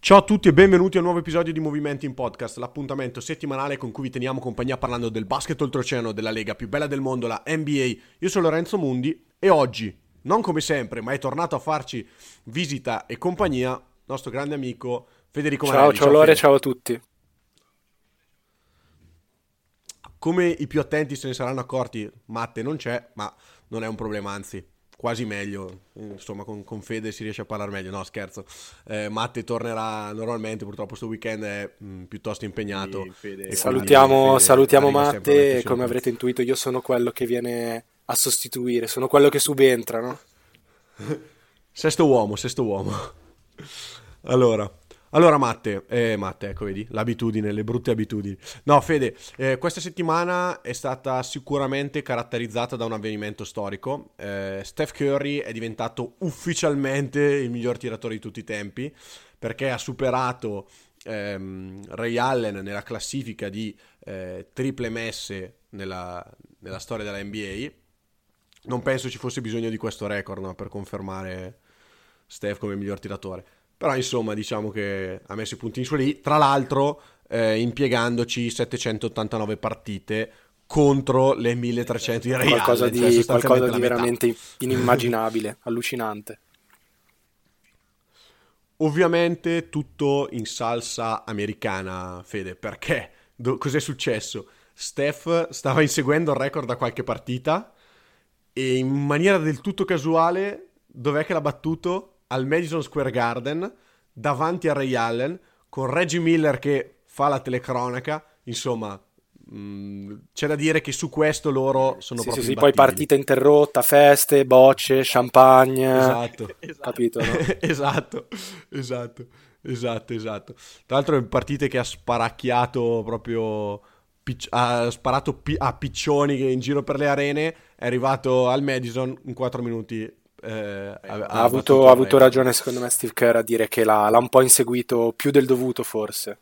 Ciao a tutti e benvenuti a un nuovo episodio di Movimenti in Podcast, l'appuntamento settimanale con cui vi teniamo compagnia parlando del basket oltreoceano, della lega più bella del mondo, la NBA. Io sono Lorenzo Mundi e oggi, non come sempre, ma è tornato a farci visita e compagnia, il nostro grande amico Federico Ciao, Manelli. ciao Ciao Lore, Fede. ciao a tutti. Come i più attenti se ne saranno accorti, Matte non c'è, ma non è un problema, anzi, quasi meglio. Insomma, con Fede si riesce a parlare meglio. No, scherzo. Matte tornerà normalmente, purtroppo questo weekend è piuttosto impegnato Quindi Fede e quindi Salutiamo, Fede salutiamo arriva sempre alla Matte, e decisione come pronta. avrete intuito io sono quello che viene a sostituire, sono quello che subentra, no? Sesto uomo. Allora, allora Matte, ecco, vedi, l'abitudine, le brutte abitudini. No, Fede, questa settimana è stata sicuramente caratterizzata da un avvenimento storico. Steph Curry è diventato ufficialmente il miglior tiratore di tutti i tempi, perché ha superato Ray Allen nella classifica di triple messe nella storia della NBA. Non penso ci fosse bisogno di questo record, no, per confermare Steph come miglior tiratore. Però insomma diciamo che ha messo i puntini su lì. Tra l'altro impiegandoci 789 partite contro le 1300 di Ray Allen, cioè Qualcosa sostanzialmente la di metà. veramente inimmaginabile, allucinante. Ovviamente tutto in salsa americana, Fede, perché cos'è successo? Steph stava inseguendo il record da qualche partita e in maniera del tutto casuale, dov'è che l'ha battuto? Al Madison Square Garden, davanti a Ray Allen, con Reggie Miller che fa la telecronaca. Insomma, c'è da dire che su questo loro sono Sì, sì, proprio sì, poi imbattibili. partita interrotta, feste, bocce, champagne, Esatto. esatto. capito, no? esatto, esatto. Tra l'altro in partite che ha sparacchiato proprio, ha sparato a piccioni che in giro per le arene, è arrivato al Madison in 4 minuti, ha battuto Ha il avuto record. ragione secondo me Steve Kerr a dire che l'ha un po' inseguito più del dovuto forse.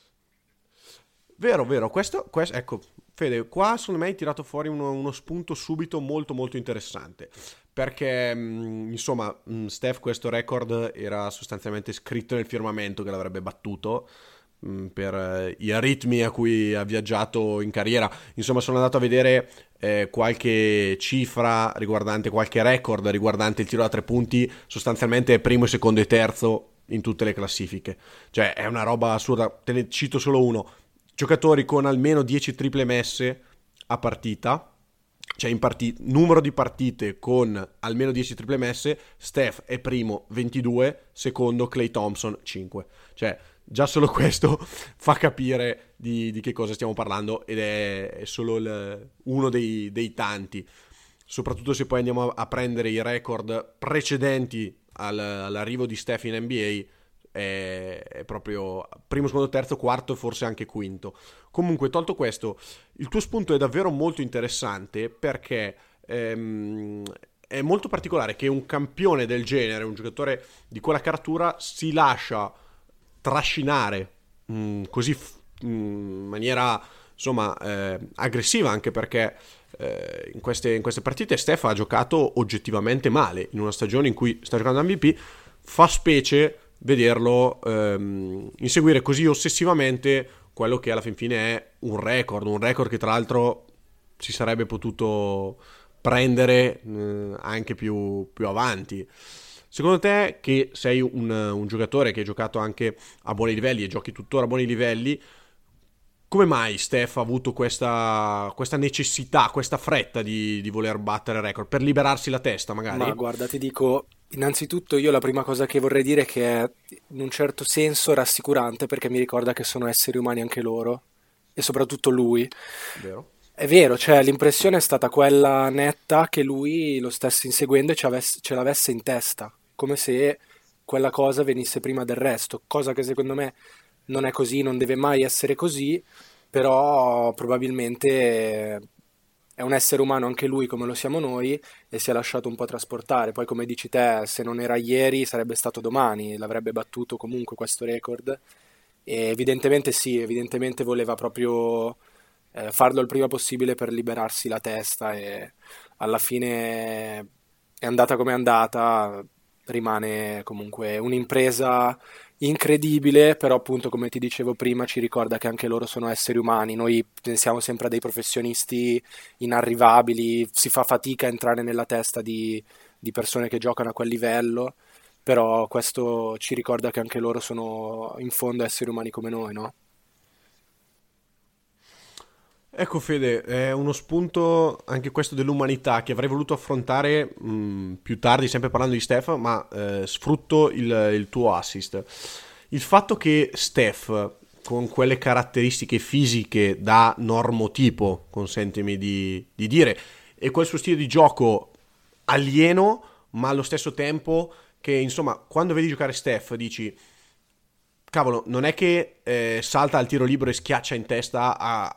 Vero, vero, ecco, Fede, qua secondo me hai tirato fuori uno spunto subito molto molto interessante, perché insomma Steph questo record era sostanzialmente scritto nel firmamento che l'avrebbe battuto per i ritmi a cui ha viaggiato in carriera. Insomma, sono andato a vedere qualche cifra riguardante, qualche record riguardante il tiro da 3 punti, sostanzialmente è primo, secondo e terzo in tutte le classifiche. Cioè, è una roba assurda, te ne cito solo uno: giocatori con almeno 10 triple messe a partita, cioè numero di partite con almeno 10 triple messe. Steph è primo 22, secondo Klay Thompson 5. Cioè già solo questo fa capire di che cosa stiamo parlando, ed è solo uno dei tanti, soprattutto se poi andiamo a prendere i record precedenti all'arrivo di Steph in NBA. È proprio primo, secondo, terzo, quarto e forse anche quinto. Comunque, tolto questo, il tuo spunto è davvero molto interessante, perché è molto particolare che un campione del genere, un giocatore di quella caratura, si lascia trascinare così in maniera insomma aggressiva, anche perché in queste partite Steph ha giocato oggettivamente male in una stagione in cui sta giocando MVP. Fa specie vederlo inseguire così ossessivamente quello che alla fin fine è un record che tra l'altro si sarebbe potuto prendere anche più avanti. Secondo te, che sei un giocatore che hai giocato anche a buoni livelli e giochi tuttora a buoni livelli, come mai Steph ha avuto questa necessità, questa fretta di voler battere il record? Per liberarsi la testa, Ma magari? guarda, ti dico, innanzitutto io la prima cosa che vorrei dire è che è in un certo senso rassicurante perché mi ricorda che sono esseri umani anche loro e soprattutto lui. Vero? È vero, cioè l'impressione è stata quella netta che lui lo stesse inseguendo e ce l'avesse in testa, come se quella cosa venisse prima del resto, cosa che secondo me non è così, non deve mai essere così, però probabilmente è un essere umano anche lui come lo siamo noi e si è lasciato un po' trasportare. Poi come dici te, se non era ieri sarebbe stato domani, l'avrebbe battuto comunque questo record. E evidentemente sì, evidentemente voleva proprio farlo il prima possibile per liberarsi la testa e alla fine è andata come è andata, rimane comunque un'impresa incredibile, però appunto come ti dicevo prima ci ricorda che anche loro sono esseri umani, noi pensiamo sempre a dei professionisti inarrivabili, si fa fatica a entrare nella testa di persone che giocano a quel livello, però questo ci ricorda che anche loro sono in fondo esseri umani come noi, no? Ecco Fede, è uno spunto anche questo dell'umanità che avrei voluto affrontare più tardi, sempre parlando di Steph, ma sfrutto il tuo assist. Il fatto che Steph, con quelle caratteristiche fisiche da normotipo, consentimi di dire, e quel suo stile di gioco alieno, ma allo stesso tempo che, insomma, quando vedi giocare Steph dici cavolo, non è che salta al tiro libero e schiaccia in testa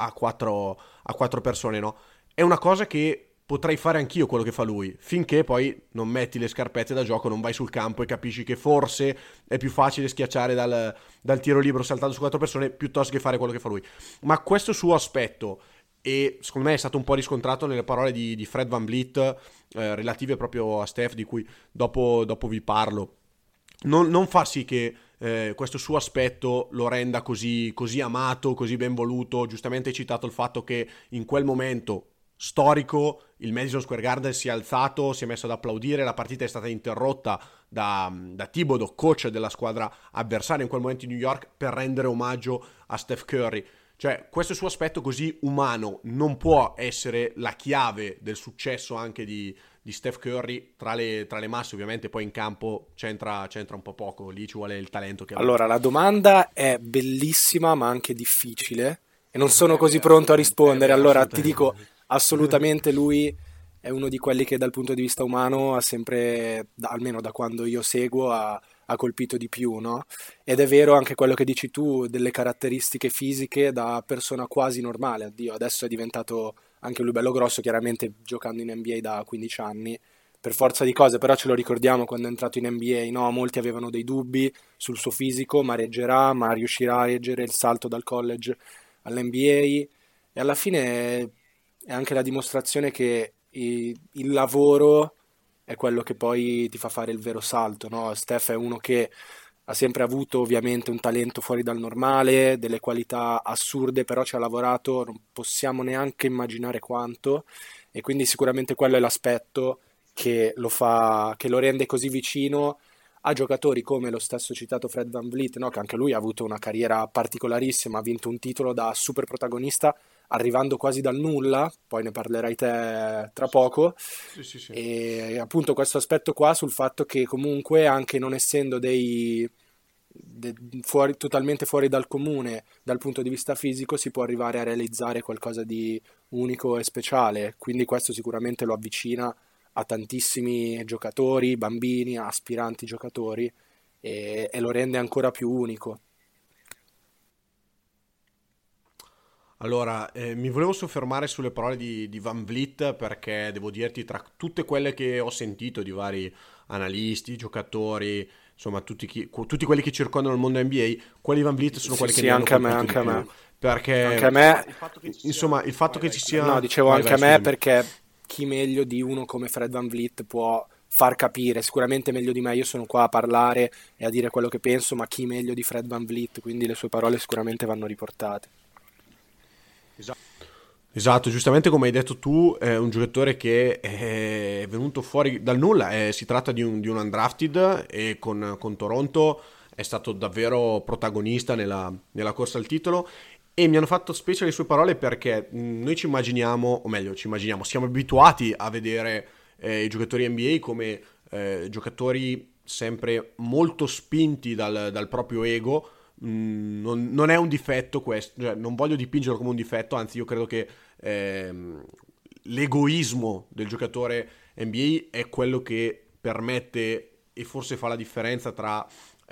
a quattro persone, no? È una cosa che potrei fare anch'io quello che fa lui, finché poi non metti le scarpette da gioco, non vai sul campo e capisci che forse è più facile schiacciare dal tiro libero saltando su quattro persone piuttosto che fare quello che fa lui. Ma questo suo aspetto, e secondo me è stato un po' riscontrato nelle parole di Fred VanVleet relative proprio a Steph, di cui dopo vi parlo, non fa sì che questo suo aspetto lo renda così amato, così ben voluto. Giustamente hai citato il fatto che in quel momento storico il Madison Square Garden si è alzato, si è messo ad applaudire, la partita è stata interrotta da Thibodeau, coach della squadra avversaria in quel momento in New York, per rendere omaggio a Steph Curry. Cioè, questo suo aspetto così umano non può essere la chiave del successo anche di Steph Curry tra le masse, ovviamente poi in campo c'entra un po' poco, lì ci vuole il talento che aveva. Allora, la domanda è bellissima ma anche difficile e non sono così pronto a rispondere. Allora, ti dico, Assolutamente. assolutamente lui è uno di quelli che dal punto di vista umano ha sempre, almeno da quando io seguo, ha colpito di più, no? Ed è vero anche quello che dici tu, delle caratteristiche fisiche da persona quasi normale. Addio, adesso è diventato anche lui bello grosso, chiaramente giocando in NBA da 15 anni, per forza di cose, però ce lo ricordiamo quando è entrato in NBA, no? Molti avevano dei dubbi sul suo fisico, ma reggerà, ma riuscirà a reggere il salto dal college all'NBA e alla fine è anche la dimostrazione che il lavoro è quello che poi ti fa fare il vero salto, no? Steph è uno che ha sempre avuto ovviamente un talento fuori dal normale, delle qualità assurde, però ci ha lavorato, non possiamo neanche immaginare quanto, e quindi sicuramente quello è l'aspetto che lo fa, che lo rende così vicino a giocatori come lo stesso citato Fred VanVleet, no? Che anche lui ha avuto una carriera particolarissima, ha vinto un titolo da super protagonista arrivando quasi dal nulla, poi ne parlerai te tra poco, Sì, sì, sì. e appunto questo aspetto qua sul fatto che comunque anche non essendo totalmente fuori dal comune dal punto di vista fisico si può arrivare a realizzare qualcosa di unico e speciale, quindi questo sicuramente lo avvicina a tantissimi giocatori, bambini, aspiranti giocatori e lo rende ancora più unico. Allora, mi volevo soffermare sulle parole di Van Vliet perché devo dirti, tra tutte quelle che ho sentito di vari analisti, giocatori, insomma, tutti quelli che circondano il mondo NBA, quelli di Van Vliet sono Sì, quelli che sì, mi hanno anche a me, colpito di anche a più. me. Anche Perché, a me, insomma, il fatto che ci no, sia... dicevo Vai, anche a vai, me scusami. perché chi meglio di uno come Fred VanVleet può far capire, sicuramente meglio di me, io sono qua a parlare e a dire quello che penso, ma chi meglio di Fred VanVleet, quindi le sue parole sicuramente vanno riportate. Esatto, giustamente come hai detto tu, è un giocatore che è venuto fuori dal nulla, si tratta di un undrafted e con Toronto è stato davvero protagonista nella corsa al titolo e mi hanno fatto specie le sue parole perché noi ci immaginiamo, o meglio ci immaginiamo, siamo abituati a vedere i giocatori NBA come giocatori sempre molto spinti dal proprio ego. Non è un difetto questo, cioè, non voglio dipingerlo come un difetto, anzi io credo che ehm, l'egoismo del giocatore NBA è quello che permette e forse fa la differenza tra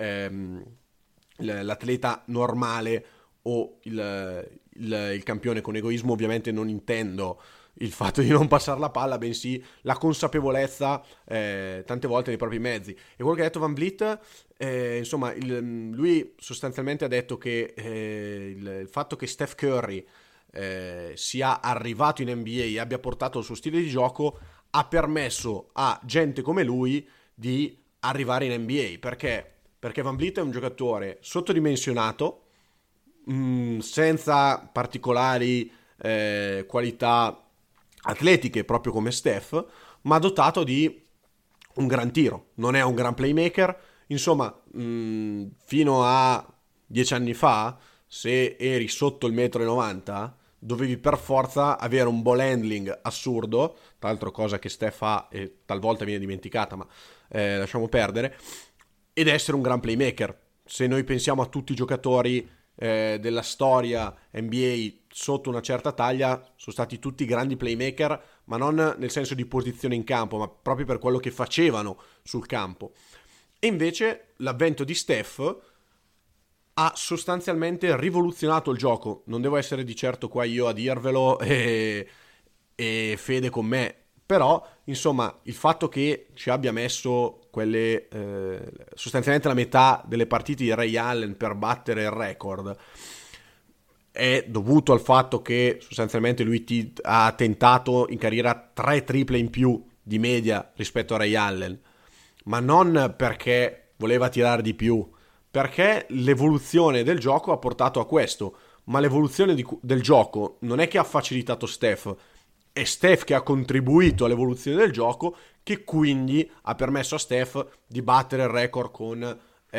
l'atleta normale o il campione. Con egoismo ovviamente non intendo il fatto di non passare la palla, bensì la consapevolezza tante volte nei propri mezzi. E quello che ha detto Van Vliet, insomma, lui sostanzialmente ha detto che il fatto che Steph Curry sia arrivato in NBA e abbia portato il suo stile di gioco ha permesso a gente come lui di arrivare in NBA, perché perché Van Vliet è un giocatore sottodimensionato, senza particolari qualità atletiche, proprio come Steph, ma dotato di un gran tiro. Non è un gran playmaker. Insomma, fino a 10 anni fa, se eri sotto il 1,90 m, dovevi per forza avere un ball handling assurdo, tra l'altro cosa che Steph ha e talvolta viene dimenticata, ma lasciamo perdere, ed essere un gran playmaker. Se noi pensiamo a tutti i giocatori della storia NBA sotto una certa taglia, sono stati tutti grandi playmaker, ma non nel senso di posizione in campo, ma proprio per quello che facevano sul campo. E invece l'avvento di Steph ha sostanzialmente rivoluzionato il gioco. Non devo essere di certo qua io a dirvelo e Fede con me, però insomma il fatto che ci abbia messo quelle sostanzialmente la metà delle partite di Ray Allen per battere il record è dovuto al fatto che sostanzialmente lui ha tentato in carriera 3 triple in più di media rispetto a Ray Allen, ma non perché voleva tirare di più, perché l'evoluzione del gioco ha portato a questo. Ma l'evoluzione del gioco non è che ha facilitato Steph, è Steph che ha contribuito all'evoluzione del gioco, che quindi ha permesso a Steph di battere il record con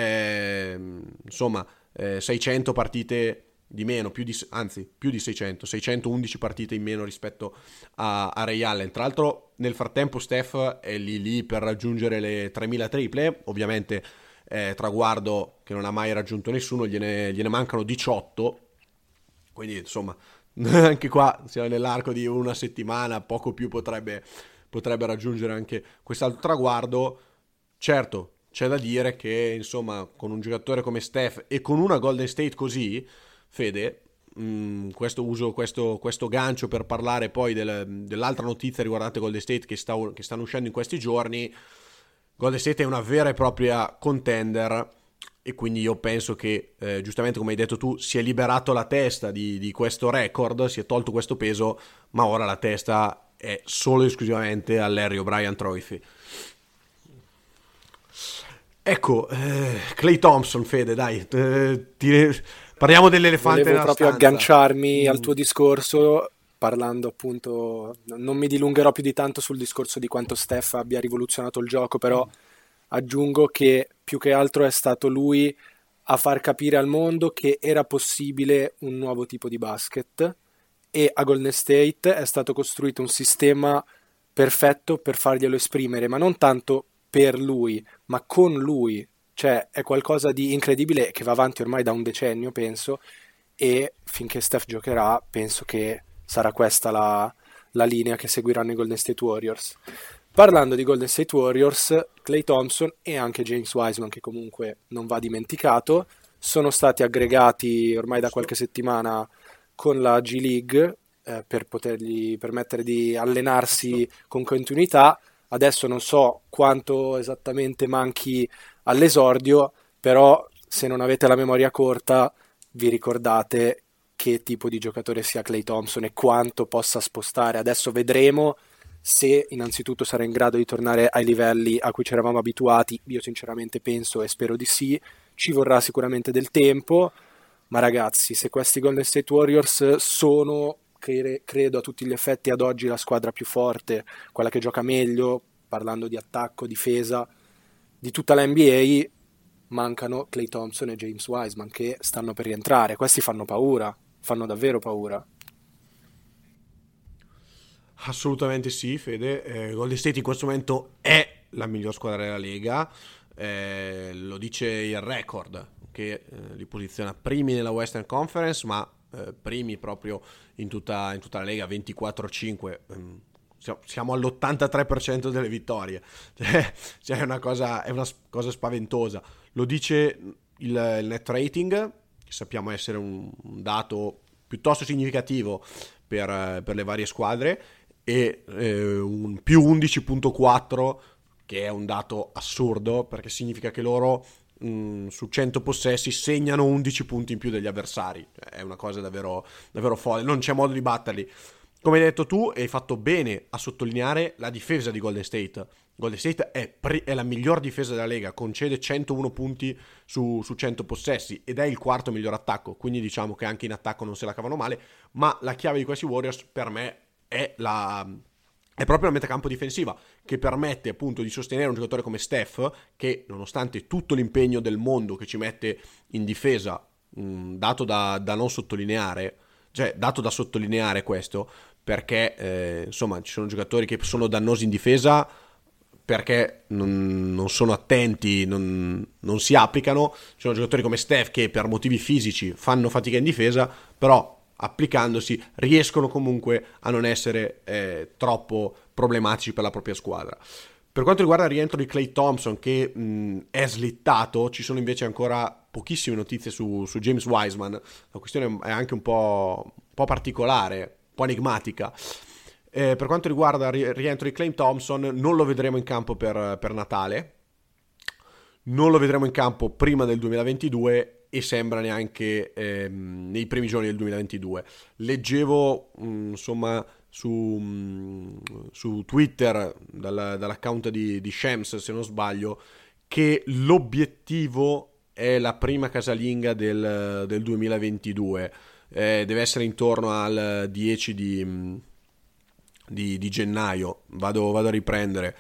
600 partite di meno, più di 600, 611 partite in meno rispetto a Ray Allen. Tra l'altro nel frattempo Steph è lì per raggiungere le 3000 triple, ovviamente traguardo che non ha mai raggiunto nessuno, gliene mancano 18, quindi insomma anche qua siamo nell'arco di una settimana, poco più potrebbe raggiungere anche quest'altro traguardo. Certo, c'è da dire che insomma con un giocatore come Steph e con una Golden State così, Fede, questo gancio per parlare poi dell'altra notizia riguardante Golden State che stanno uscendo in questi giorni. Golden State è una vera e propria contender e quindi io penso che giustamente come hai detto tu si è liberato la testa di questo record, si è tolto questo peso, ma ora la testa è solo e esclusivamente all'Harry O'Brien Trophy. Ecco, Klay Thompson, Fede, dai, parliamo dell'elefante Volevo nella proprio stanza. agganciarmi al tuo discorso, parlando appunto, non mi dilungherò più di tanto sul discorso di quanto Steph abbia rivoluzionato il gioco, però aggiungo che più che altro è stato lui a far capire al mondo che era possibile un nuovo tipo di basket, e a Golden State è stato costruito un sistema perfetto per farglielo esprimere, ma non tanto per lui, ma con lui. Cioè è qualcosa di incredibile che va avanti ormai da un decennio, penso, e finché Steph giocherà penso che sarà questa la linea che seguiranno i Golden State Warriors. Parlando di Golden State Warriors, Klay Thompson e anche James Wiseman, che comunque non va dimenticato, sono stati aggregati ormai da qualche settimana con la G League per potergli permettere di allenarsi con continuità. Adesso non so quanto esattamente manchi all'esordio, però se non avete la memoria corta vi ricordate che tipo di giocatore sia Klay Thompson e quanto possa spostare. Adesso vedremo se innanzitutto sarà in grado di tornare ai livelli a cui ci eravamo abituati. Io sinceramente penso e spero di sì, ci vorrà sicuramente del tempo, ma ragazzi, se questi Golden State Warriors sono, credo a tutti gli effetti ad oggi, la squadra più forte, quella che gioca meglio, parlando di attacco, difesa, di tutta la NBA, mancano Klay Thompson e James Wiseman che stanno per rientrare. Questi fanno paura, fanno davvero paura. Assolutamente sì, Fede. Golden State in questo momento è la miglior squadra della Lega. Lo dice il record che li posiziona primi nella Western Conference, ma primi proprio in tutta la Lega, 24-5. Siamo all'83% delle vittorie. Cioè è una cosa spaventosa. Lo dice il net rating, che sappiamo essere un dato piuttosto significativo per le varie squadre, e un più 11.4, che è un dato assurdo perché significa che loro su 100 possessi segnano 11 punti in più degli avversari. È una cosa davvero, davvero folle, non c'è modo di batterli. Come hai detto tu, hai fatto bene a sottolineare la difesa di Golden State, Golden State è la miglior difesa della Lega, concede 101 punti su 100 possessi ed è il quarto miglior attacco, quindi diciamo che anche in attacco non se la cavano male, ma la chiave di questi Warriors per me è proprio la metacampo difensiva, che permette appunto di sostenere un giocatore come Steph, che nonostante tutto l'impegno del mondo che ci mette in difesa, dato da non sottolineare, cioè dato da sottolineare questo, perché insomma ci sono giocatori che sono dannosi in difesa perché non sono attenti, non si applicano. Ci sono giocatori come Steph che per motivi fisici fanno fatica in difesa, però applicandosi riescono comunque a non essere troppo problematici per la propria squadra. Per quanto riguarda il rientro di Klay Thompson, che è slittato, ci sono invece ancora pochissime notizie su James Wiseman. La questione è anche un po' particolare, un po' enigmatica. Per quanto riguarda il rientro di Klay Thompson, non lo vedremo in campo per Natale, non lo vedremo in campo prima del 2022 e sembra neanche nei primi giorni del 2022. Leggevo insomma su Twitter dall'account di Shams, se non sbaglio, che l'obiettivo è la prima casalinga del 2022. Deve essere intorno al 10 di gennaio. Vado a riprendere.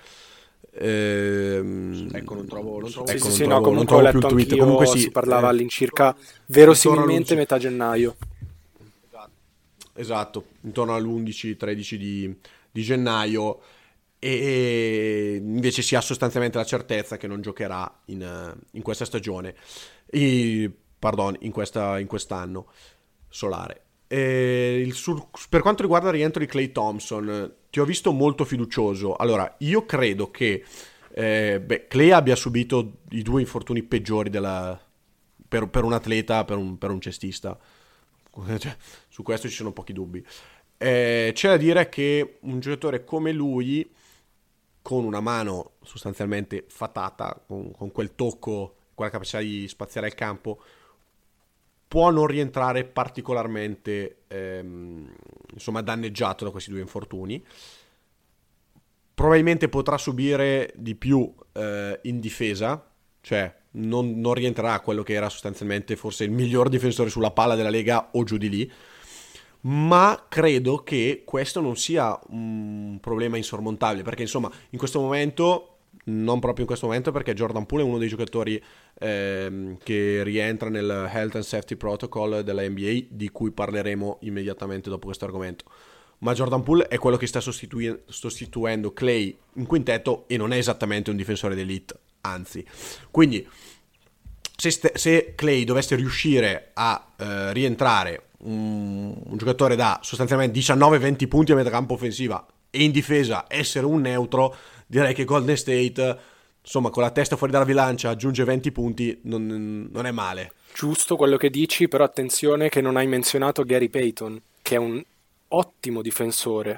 Ecco, non trovo non trovo più il tweet. Comunque si parlava all'incirca verosimilmente metà gennaio. Esatto, intorno all'11-13 di gennaio, e invece si ha sostanzialmente la certezza che non giocherà in questa stagione, in quest'anno solare. Per quanto riguarda il rientro di Klay Thompson, ti ho visto molto fiducioso. Allora, io credo che Klay abbia subito i 2 infortuni peggiori per un atleta, per un cestista. Cioè, su questo ci sono pochi dubbi. C'è da dire che un giocatore come lui, con una mano sostanzialmente fatata, con quel tocco, quella capacità di spaziare il campo, può non rientrare particolarmente insomma danneggiato da questi 2 infortuni. Probabilmente potrà subire di più in difesa, cioè non rientrerà quello che era sostanzialmente forse il miglior difensore sulla palla della Lega o giù di lì, ma credo che questo non sia un problema insormontabile, perché insomma in questo momento, non proprio in questo momento, perché Jordan Poole è uno dei giocatori che rientra nel Health and Safety Protocol della NBA, di cui parleremo immediatamente dopo questo argomento. Ma Jordan Poole è quello che sta sostituendo Klay in quintetto e non è esattamente un difensore d'elite, anzi. Quindi se Klay dovesse riuscire a rientrare un giocatore da sostanzialmente 19-20 punti a metacampo offensiva e in difesa essere un neutro, direi che Golden State, insomma, con la testa fuori dalla bilancia, aggiunge 20 punti, non è male. Giusto quello che dici, però attenzione che non hai menzionato Gary Payton, che è un ottimo difensore,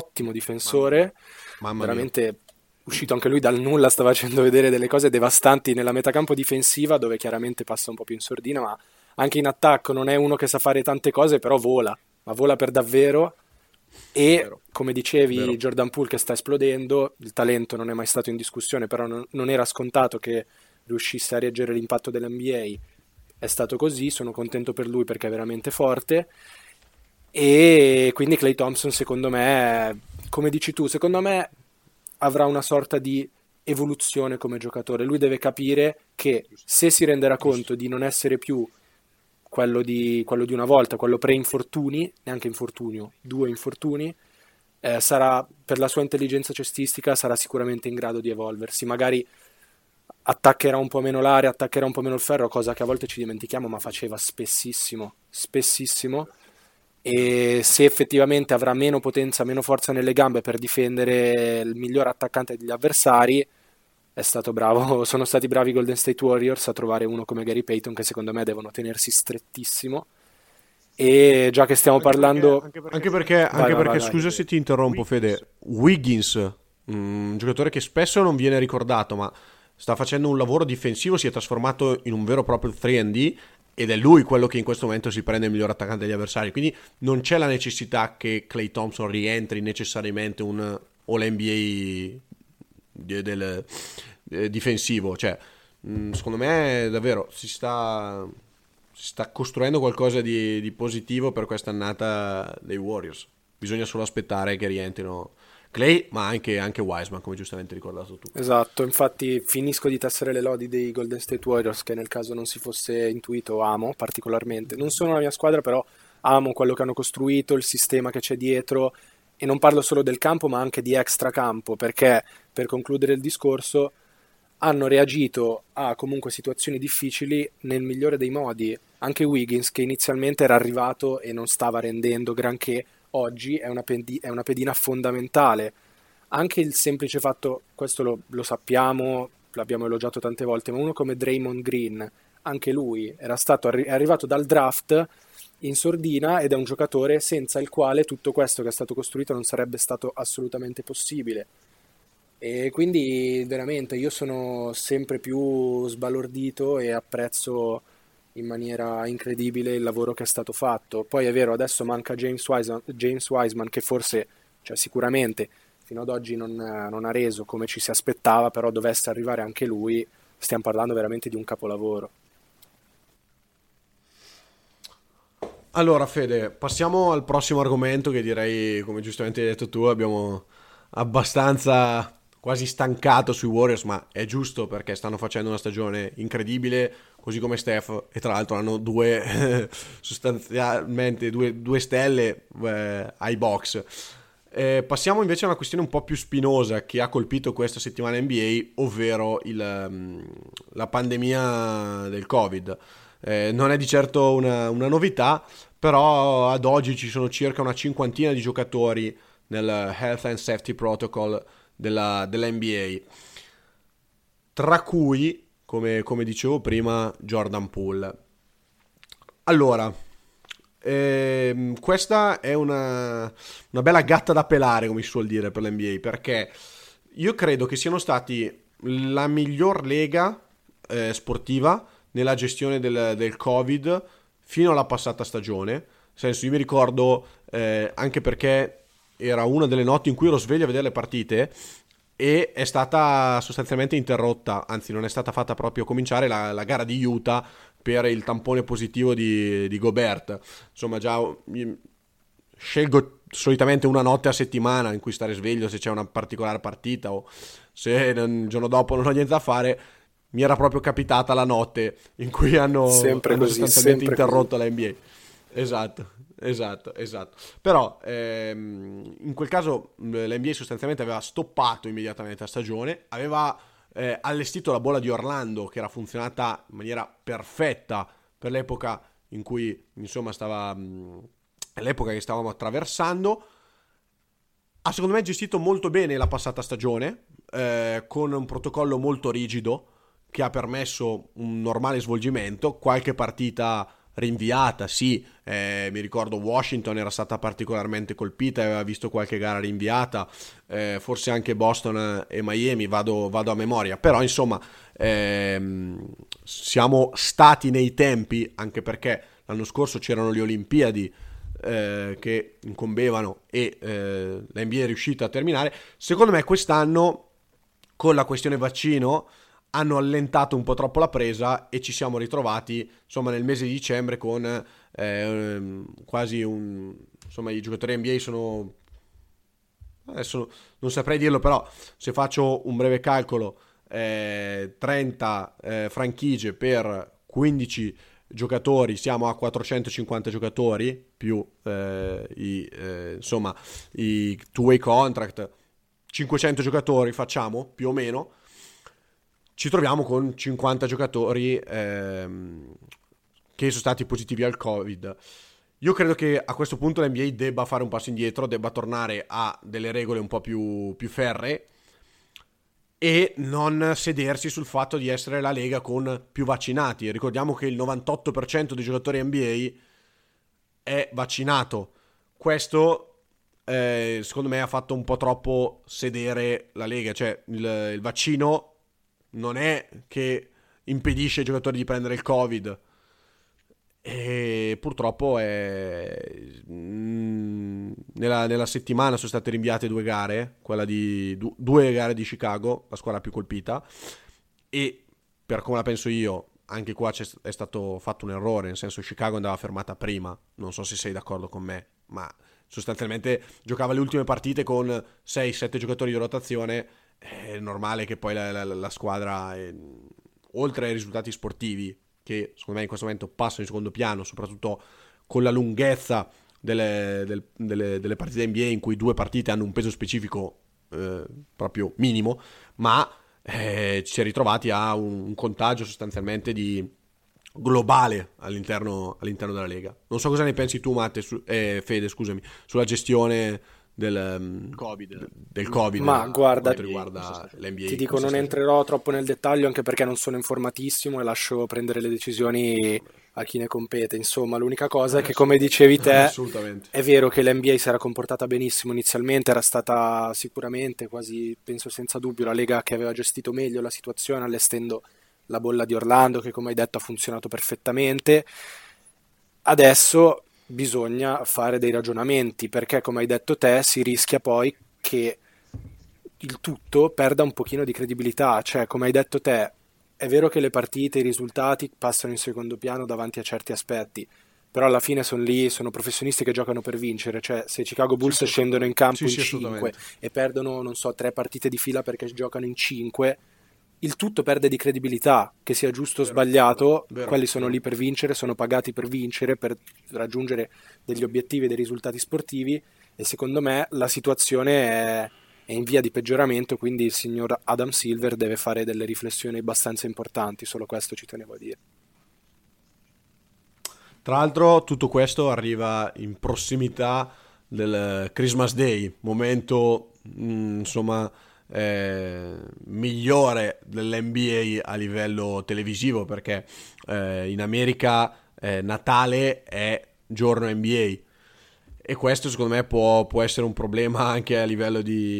Mamma veramente mia. Uscito anche lui dal nulla, sta facendo vedere delle cose devastanti nella metacampo difensiva, dove chiaramente passa un po' più in sordina, ma anche in attacco non è uno che sa fare tante cose, però vola per davvero. E Vero. come dicevi, Vero. Jordan Poole che sta esplodendo, il talento non è mai stato in discussione, però non era scontato che riuscisse a reggere l'impatto dell'NBA. È stato così, sono contento per lui perché è veramente forte. E quindi Klay Thompson, secondo me, come dici tu, secondo me avrà una sorta di evoluzione come giocatore. Lui deve capire che se si renderà conto di non essere più quello di una volta, quello pre-infortuni, neanche infortunio, 2 infortuni, sarà, per la sua intelligenza cestistica, sarà sicuramente in grado di evolversi. Magari attaccherà un po' meno l'area, attaccherà un po' meno il ferro, cosa che a volte ci dimentichiamo, ma faceva spessissimo. E se effettivamente avrà meno potenza, meno forza nelle gambe per difendere il miglior attaccante degli avversari, è stato bravo. Sono stati bravi i Golden State Warriors a trovare uno come Gary Payton, che secondo me devono tenersi strettissimo. E già che stiamo parlando, anche perché vai. Scusa se ti interrompo, Fede. Wiggins, un giocatore che spesso non viene ricordato, ma sta facendo un lavoro difensivo, si è trasformato in un vero e proprio 3&D, ed è lui quello che in questo momento si prende il miglior attaccante degli avversari. Quindi non c'è la necessità che Klay Thompson rientri necessariamente un All-NBA difensivo. Cioè, secondo me davvero si sta costruendo qualcosa di positivo per quest'annata dei Warriors. Bisogna solo aspettare che rientrino Clay, ma anche Wiseman, come giustamente hai ricordato tu. Esatto, infatti finisco di tessere le lodi dei Golden State Warriors, che nel caso non si fosse intuito amo particolarmente. Non sono la mia squadra, però amo quello che hanno costruito, il sistema che c'è dietro, e non parlo solo del campo, ma anche di extracampo, perché per concludere il discorso hanno reagito a comunque situazioni difficili nel migliore dei modi. Anche Wiggins, che inizialmente era arrivato e non stava rendendo granché, oggi è una pedina fondamentale. Anche il semplice fatto, questo lo sappiamo, l'abbiamo elogiato tante volte, ma uno come Draymond Green, anche lui è arrivato dal draft in sordina ed è un giocatore senza il quale tutto questo che è stato costruito non sarebbe stato assolutamente possibile. E quindi veramente io sono sempre più sbalordito e apprezzo in maniera incredibile il lavoro che è stato fatto. Poi è vero, adesso manca James Wiseman, che forse, cioè sicuramente, fino ad oggi non ha reso come ci si aspettava, però dovesse arrivare anche lui, stiamo parlando veramente di un capolavoro. Allora, Fede, passiamo al prossimo argomento che direi, come giustamente hai detto tu, abbiamo abbastanza quasi stancato sui Warriors, ma è giusto perché stanno facendo una stagione incredibile, così come Steph, e tra l'altro hanno sostanzialmente due stelle ai box. Passiamo invece a una questione un po' più spinosa che ha colpito questa settimana NBA, ovvero la pandemia del Covid. Non è di certo una novità, però ad oggi ci sono circa una cinquantina di giocatori nel Health and Safety Protocol della NBA, tra cui, come dicevo prima, Jordan Poole. Allora, questa è una bella gatta da pelare, come si suol dire per l'NBA, perché io credo che siano stati la miglior lega sportiva nella gestione del Covid fino alla passata stagione. Nel senso, io mi ricordo, anche perché era una delle notti in cui ero sveglio a vedere le partite e è stata sostanzialmente interrotta, anzi non è stata fatta proprio cominciare la gara di Utah per il tampone positivo di Gobert. Insomma, già scelgo solitamente una notte a settimana in cui stare sveglio se c'è una particolare partita o se il giorno dopo non ho niente da fare. Mi era proprio capitata la notte in cui Sempre hanno così, sostanzialmente sempre così. interrotto la NBA. Esatto. Però in quel caso l'NBA sostanzialmente aveva stoppato immediatamente la stagione, aveva allestito la bolla di Orlando che era funzionata in maniera perfetta per l'epoca in cui insomma l'epoca che stavamo attraversando. Ha secondo me gestito molto bene la passata stagione, con un protocollo molto rigido che ha permesso un normale svolgimento, qualche partita rinviata, sì, mi ricordo Washington era stata particolarmente colpita e aveva visto qualche gara rinviata, forse anche Boston e Miami, vado a memoria, però insomma siamo stati nei tempi, anche perché l'anno scorso c'erano le Olimpiadi che incombevano e la NBA è riuscita a terminare. Secondo me quest'anno con la questione vaccino hanno allentato un po' troppo la presa e ci siamo ritrovati insomma nel mese di dicembre con quasi insomma i giocatori NBA sono, adesso non saprei dirlo, però se faccio un breve calcolo, 30 franchigie per 15 giocatori, siamo a 450 giocatori più insomma i two-way contract, 500 giocatori facciamo più o meno, ci troviamo con 50 giocatori che sono stati positivi al Covid. Io credo che a questo punto l'NBA debba fare un passo indietro, debba tornare a delle regole un po' più ferree e non sedersi sul fatto di essere la lega con più vaccinati. Ricordiamo che il 98% dei giocatori NBA è vaccinato. Questo secondo me ha fatto un po' troppo sedere la lega, cioè il vaccino non è che impedisce ai giocatori di prendere il Covid e purtroppo nella settimana sono state rinviate 2 gare, quella di 2 gare di Chicago, la squadra più colpita, e per come la penso io, anche qua è stato fatto un errore, nel senso Chicago andava fermata prima, non so se sei d'accordo con me, ma sostanzialmente giocava le ultime partite con 6-7 giocatori di rotazione, è normale che poi la squadra, oltre ai risultati sportivi, che secondo me in questo momento passano in secondo piano, soprattutto con la lunghezza delle partite NBA in cui 2 partite hanno un peso specifico proprio minimo, ma ci si è ritrovati a un contagio sostanzialmente globale all'interno della Lega. Non so cosa ne pensi tu, Matte, Fede, scusami, sulla gestione del Covid Ma per guarda, quanto riguarda l'NBA ti dico, questa non stagione. entrerò troppo nel dettaglio anche perché non sono informatissimo e lascio prendere le decisioni a chi ne compete. Insomma, l'unica cosa è che, come dicevi te, Assolutamente. è vero che l'NBA si era comportata benissimo inizialmente, era stata sicuramente, quasi penso senza dubbio, la lega che aveva gestito meglio la situazione, allestendo la bolla di Orlando, che come hai detto ha funzionato perfettamente. Adesso bisogna fare dei ragionamenti perché, come hai detto te, si rischia poi che il tutto perda un pochino di credibilità, cioè come hai detto te, è vero che le partite, i risultati passano in secondo piano davanti a certi aspetti, però alla fine sono lì, sono professionisti che giocano per vincere, cioè se i Chicago Sì, Bulls sì, scendono in assolutamente. campo Sì, in sì, 5 assolutamente. e perdono, non so, 3 partite di fila perché giocano in 5, il tutto perde di credibilità, che sia giusto o Vero, sbagliato, vero, quelli sono lì vero. per vincere, sono pagati per vincere, per raggiungere degli obiettivi e dei risultati sportivi e secondo me la situazione è in via di peggioramento, quindi il signor Adam Silver deve fare delle riflessioni abbastanza importanti, solo questo ci tenevo a dire. Tra l'altro tutto questo arriva in prossimità del Christmas Day, momento insomma migliore dell'NBA a livello televisivo, perché in America Natale è giorno NBA e questo secondo me può essere un problema anche a livello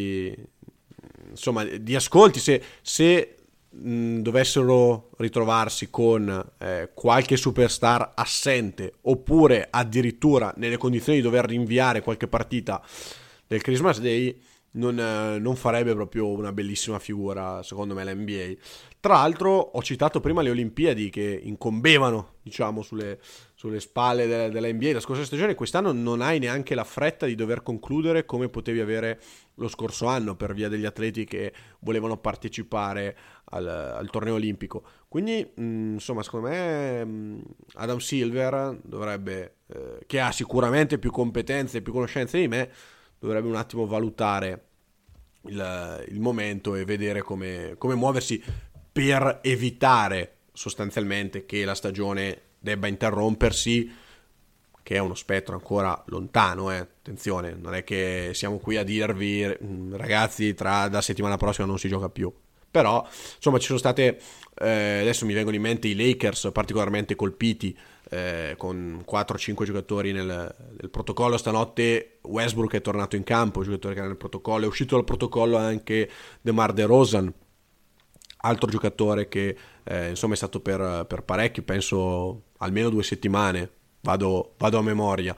di ascolti. Se dovessero ritrovarsi con qualche superstar assente oppure addirittura nelle condizioni di dover rinviare qualche partita del Christmas Day, non farebbe proprio una bellissima figura secondo me l'NBA. Tra l'altro ho citato prima le Olimpiadi che incombevano diciamo sulle spalle della NBA la scorsa stagione. Quest'anno non hai neanche la fretta di dover concludere come potevi avere lo scorso anno per via degli atleti che volevano partecipare al torneo olimpico. Quindi insomma secondo me Adam Silver dovrebbe, che ha sicuramente più competenze e più conoscenze di me, dovrebbe un attimo valutare il momento e vedere come muoversi per evitare sostanzialmente che la stagione debba interrompersi, che è uno spettro ancora lontano, attenzione, non è che siamo qui a dirvi ragazzi da settimana prossima non si gioca più, però insomma ci sono state adesso mi vengono in mente i Lakers particolarmente colpiti con 4-5 giocatori nel protocollo. Stanotte Westbrook è tornato in campo, giocatore che era nel protocollo, è uscito dal protocollo anche DeMar DeRozan, altro giocatore che insomma è stato per parecchio, penso almeno 2 settimane, vado a memoria.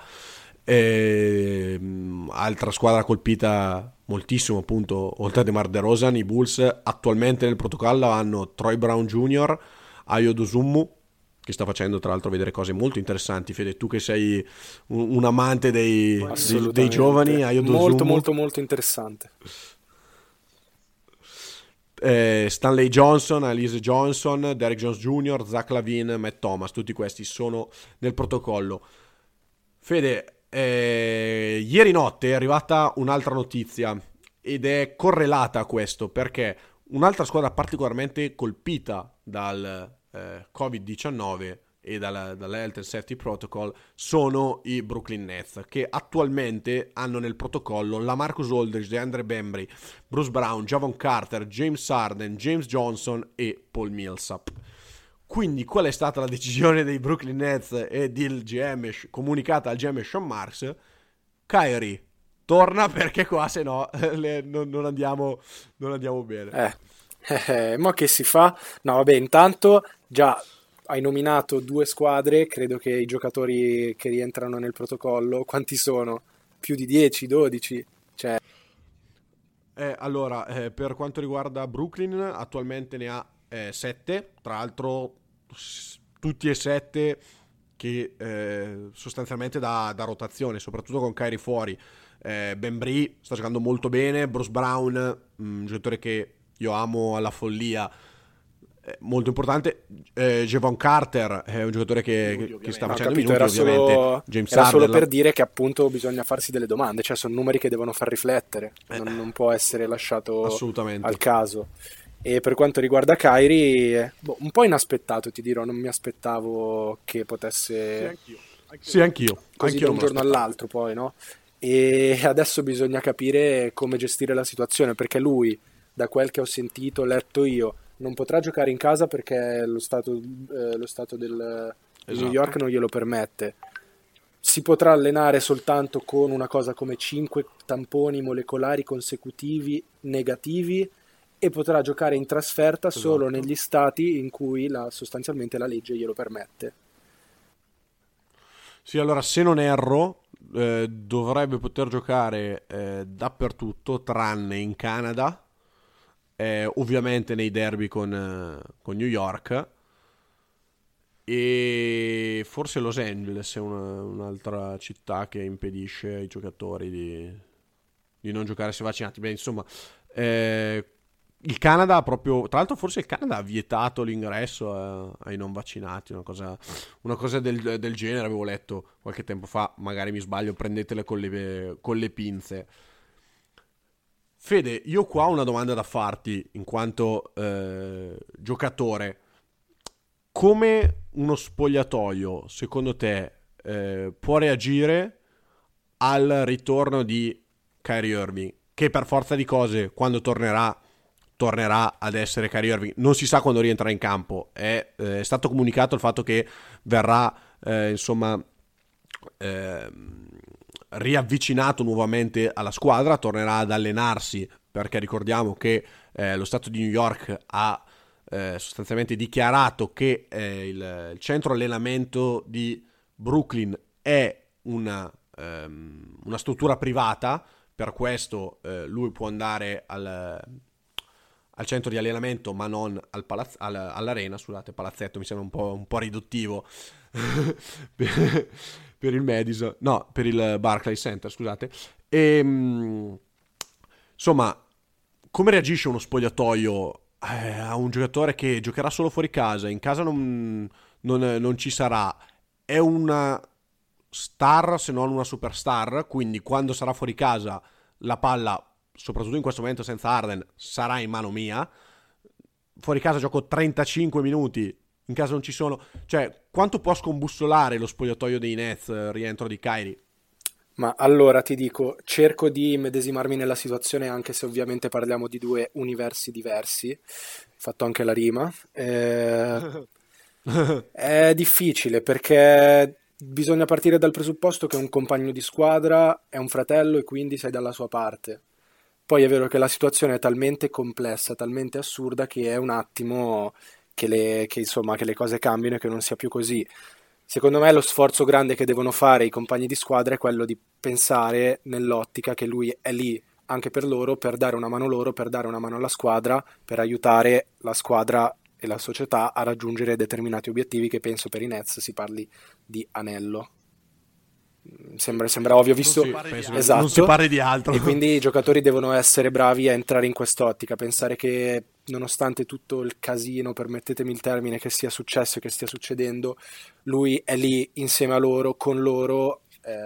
Altra squadra colpita moltissimo appunto oltre a DeMar DeRozan, i Bulls attualmente nel protocollo hanno Troy Brown Jr., Ayo Dosunmu, che sta facendo tra l'altro vedere cose molto interessanti. Fede, tu che sei un amante dei giovani, Assolutamente, Ayo molto Dosunmu, molto molto interessante. Stanley Johnson, Alice Johnson, Derek Jones Jr., Zach Lavine, Matt Thomas, tutti questi sono nel protocollo. Fede, ieri notte è arrivata un'altra notizia ed è correlata a questo perché un'altra squadra particolarmente colpita dal Covid-19 e dall'Health and Safety Protocol sono i Brooklyn Nets, che attualmente hanno nel protocollo LaMarcus Aldridge, DeAndre Bembry, Bruce Brown, Javon Carter, James Harden, James Johnson e Paul Millsap. Quindi qual è stata la decisione dei Brooklyn Nets e del GM comunicata al GM Sean Marks? Kyrie torna perché qua se no non andiamo bene. Ma che si fa? No, vabbè, intanto già hai nominato 2 squadre, credo che i giocatori che rientrano nel protocollo, quanti sono? più di 10, 12. Cioè, Allora, per quanto riguarda Brooklyn, attualmente ne ha 7, tra l'altro tutti e 7 che sostanzialmente da rotazione, soprattutto con Kyrie fuori. Ben Bree sta giocando molto bene, Bruce Brown, un giocatore che io amo alla follia, molto importante. Javon Carter è un giocatore che sta no, ho facendo capito, minuti, ovviamente. James era solo Harden, per dire che appunto bisogna farsi delle domande, cioè sono numeri che devono far riflettere, non può essere lasciato al assolutamente. caso. E per quanto riguarda Kyrie, un po' inaspettato, ti dirò, non mi aspettavo che potesse Sì, anch'io. così Anch'io da non un me giorno l'aspettavo. all'altro poi, no? E adesso bisogna capire come gestire la situazione, perché lui, da quel che ho sentito, letto io, non potrà giocare in casa perché lo stato di New York Esatto. non glielo permette. Si potrà allenare soltanto con una cosa come 5 tamponi molecolari consecutivi negativi e potrà giocare in trasferta solo Esatto. negli stati in cui sostanzialmente la legge glielo permette. Sì, allora se non erro, dovrebbe poter giocare dappertutto, tranne in Canada, ovviamente nei derby con New York e forse Los Angeles è un'altra città che impedisce ai giocatori di non giocare se vaccinati. Beh, insomma, eh, il Canada ha proprio, tra l'altro forse il Canada ha vietato l'ingresso ai non vaccinati, una cosa del genere, avevo letto qualche tempo fa, magari mi sbaglio, prendetele con le pinze. Fede, io qua ho una domanda da farti in quanto giocatore. Come uno spogliatoio, secondo te, può reagire al ritorno di Kyrie Irving? Che per forza di cose, quando tornerà ad essere Kyrie Irving. Non si sa quando rientrerà in campo. È stato comunicato il fatto che verrà, insomma, riavvicinato nuovamente alla squadra, tornerà ad allenarsi perché ricordiamo che lo Stato di New York ha sostanzialmente dichiarato che il centro allenamento di Brooklyn è una struttura privata, per questo lui può andare al centro di allenamento ma non all'arena, scusate, palazzetto mi sembra un po' riduttivo per il Madison, no, per il Barclays Center, scusate. E, insomma, come reagisce uno spogliatoio a un giocatore che giocherà solo fuori casa, in casa non ci sarà, è una star se non una superstar, quindi quando sarà fuori casa la palla, soprattutto in questo momento senza Harden, sarà in mano mia. Fuori casa gioco 35 minuti, in casa non ci sono. Cioè, quanto può scombussolare lo spogliatoio dei Nets rientro di Kyrie? Ma allora ti dico, cerco di immedesimarmi nella situazione anche se ovviamente parliamo di due universi diversi, ho fatto anche la rima. È difficile perché bisogna partire dal presupposto che un compagno di squadra è un fratello e quindi sei dalla sua parte. Poi è vero che la situazione è talmente complessa, talmente assurda che è un attimo insomma, che le cose cambino e che non sia più così. Secondo me lo sforzo grande che devono fare i compagni di squadra è quello di pensare nell'ottica che lui è lì anche per loro, per dare una mano loro, per dare una mano alla squadra, per aiutare la squadra e la società a raggiungere determinati obiettivi che penso per i Nets si parli di anello. Sembra ovvio visto, Sì, penso che non si esatto, parli di altro. e quindi i giocatori devono essere bravi a entrare in quest'ottica, pensare che nonostante tutto il casino, permettetemi il termine, che sia successo e che stia succedendo, lui è lì insieme a loro, con loro,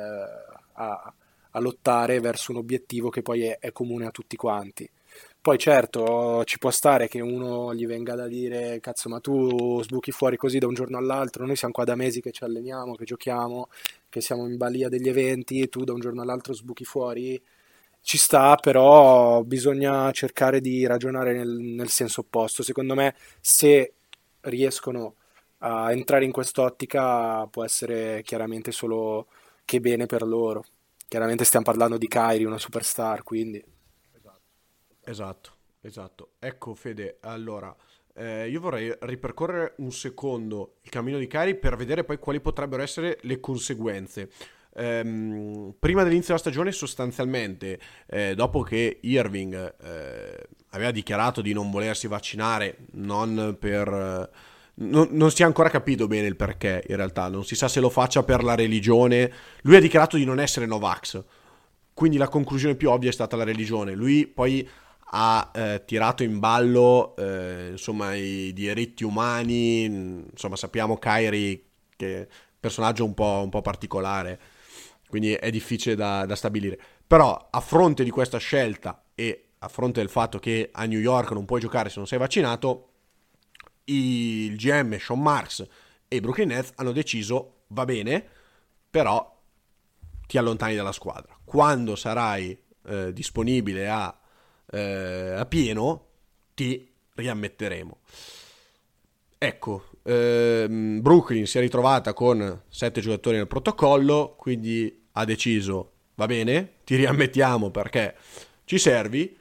a lottare verso un obiettivo che poi è comune a tutti quanti. Poi certo, ci può stare che uno gli venga da dire, cazzo, ma tu sbuchi fuori così da un giorno all'altro, noi siamo qua da mesi che ci alleniamo, che giochiamo, che siamo in balia degli eventi, e tu da un giorno all'altro sbuchi fuori. Ci sta, però bisogna cercare di ragionare nel senso opposto. Secondo me, se riescono a entrare in quest'ottica, può essere chiaramente solo che bene per loro. Chiaramente stiamo parlando di Kyrie, una superstar, quindi... Esatto, esatto. Ecco Fede, allora, io vorrei ripercorrere un secondo il cammino di Kyrie per vedere poi quali potrebbero essere le conseguenze. Prima dell'inizio della stagione sostanzialmente, dopo che Irving aveva dichiarato di non volersi vaccinare, non per... non si è ancora capito bene il perché, in realtà non si sa se lo faccia per la religione. Lui ha dichiarato di non essere Novax, quindi la conclusione più ovvia è stata la religione. Lui poi ha tirato in ballo insomma i diritti umani, insomma sappiamo Kyrie che è un personaggio un po' particolare, quindi è difficile da stabilire. Però a fronte di questa scelta e a fronte del fatto che a New York non puoi giocare se non sei vaccinato, il GM Sean Marks e i Brooklyn Nets hanno deciso: va bene, però ti allontani dalla squadra. Quando sarai disponibile a pieno, ti riammetteremo. Ecco, Brooklyn si è ritrovata con 7 giocatori nel protocollo, quindi ha deciso: va bene, ti riammettiamo perché ci servi,